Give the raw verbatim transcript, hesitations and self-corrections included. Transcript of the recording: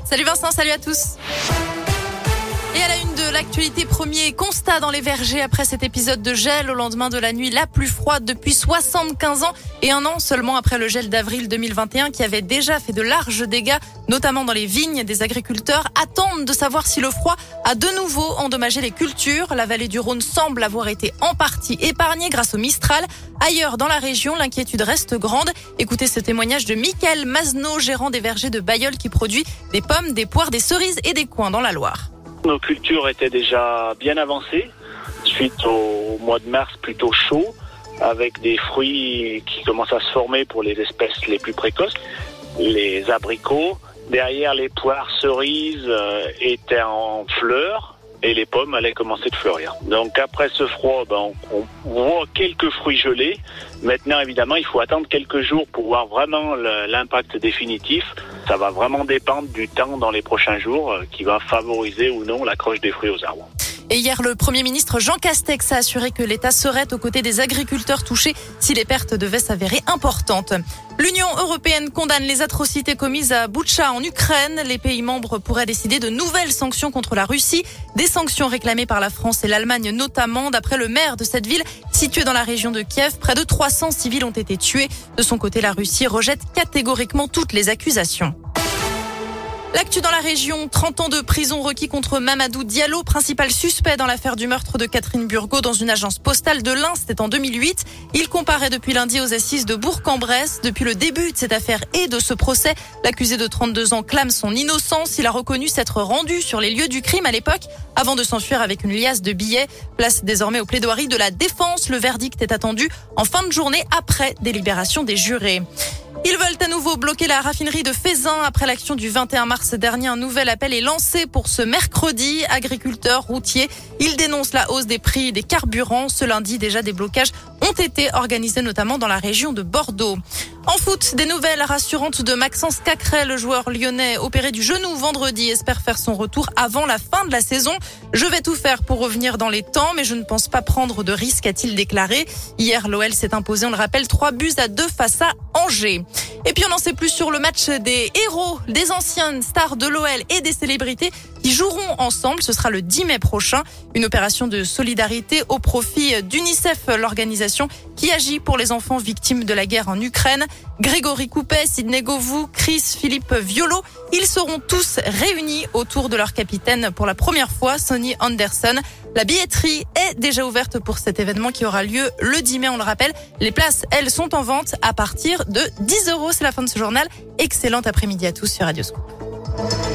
Salut Vincent, salut à tous. Et à la une de l'actualité, premier constat dans les vergers après cet épisode de gel au lendemain de la nuit la plus froide depuis soixante-quinze ans et un an seulement après le gel d'avril deux mille vingt et un qui avait déjà fait de larges dégâts, notamment dans les vignes. Des agriculteurs attendent de savoir si le froid a de nouveau endommagé les cultures. La vallée du Rhône semble avoir été en partie épargnée grâce au Mistral. Ailleurs dans la région, l'inquiétude reste grande. Écoutez ce témoignage de Michael Mazneau, gérant des vergers de Bailleul qui produit des pommes, des poires, des cerises et des coings dans la Loire. Nos cultures étaient déjà bien avancées suite au mois de mars plutôt chaud, avec des fruits qui commencent à se former pour les espèces les plus précoces, les abricots. Derrière, les poires, cerises euh, étaient en fleurs et les pommes allaient commencer de fleurir. Donc après ce froid, ben, on, on voit quelques fruits gelés. Maintenant, évidemment, il faut attendre quelques jours pour voir vraiment le, l'impact définitif. Ça va vraiment dépendre du temps dans les prochains jours euh, qui va favoriser ou non l'accroche des fruits aux arbres. Et hier, le Premier ministre Jean Castex a assuré que l'État serait aux côtés des agriculteurs touchés si les pertes devaient s'avérer importantes. L'Union européenne condamne les atrocités commises à Boutcha en Ukraine. Les pays membres pourraient décider de nouvelles sanctions contre la Russie. Des sanctions réclamées par la France et l'Allemagne notamment. D'après le maire de cette ville, située dans la région de Kiev, près de trois cents civils ont été tués. De son côté, la Russie rejette catégoriquement toutes les accusations. L'actu dans la région, trente ans de prison requis contre Mamadou Diallo, principal suspect dans l'affaire du meurtre de Catherine Burgot dans une agence postale de l'Ain, c'était en deux mille huit. Il comparaît depuis lundi aux assises de Bourg-en-Bresse. Depuis le début de cette affaire et de ce procès, l'accusé de trente-deux ans clame son innocence. Il a reconnu s'être rendu sur les lieux du crime à l'époque avant de s'enfuir avec une liasse de billets. Place désormais aux plaidoiries de la défense. Le verdict est attendu en fin de journée après délibération des jurés. Ils veulent à nouveau bloquer la raffinerie de Feyzin. Après l'action du vingt et un mars dernier, un nouvel appel est lancé pour ce mercredi. Agriculteurs, routiers, ils dénoncent la hausse des prix des carburants. Ce lundi, déjà des blocages ont été organisés notamment dans la région de Bordeaux. En foot, des nouvelles rassurantes de Maxence Cacré, le joueur lyonnais opéré du genou vendredi, espère faire son retour avant la fin de la saison. Je vais tout faire pour revenir dans les temps, mais je ne pense pas prendre de risque, a-t-il déclaré. Hier, l'O L s'est imposé, on le rappelle, trois buts à deux face à Angers. Et puis on n'en sait plus sur le match des héros, des anciennes stars de l'O L et des célébrités qui joueront ensemble. Ce sera le dix mai prochain. Une opération de solidarité au profit d'UNICEF, l'organisation qui agit pour les enfants victimes de la guerre en Ukraine. Grégory Coupet, Sidney Govou, Chris, Philippe Violo, ils seront tous réunis autour de leur capitaine pour la première fois, Sonny Anderson. La billetterie est déjà ouverte pour cet événement qui aura lieu le dix mai, on le rappelle. Les places, elles, sont en vente à partir de dix euros. C'est la fin de ce journal. Excellent après-midi à tous sur Radio Scoop.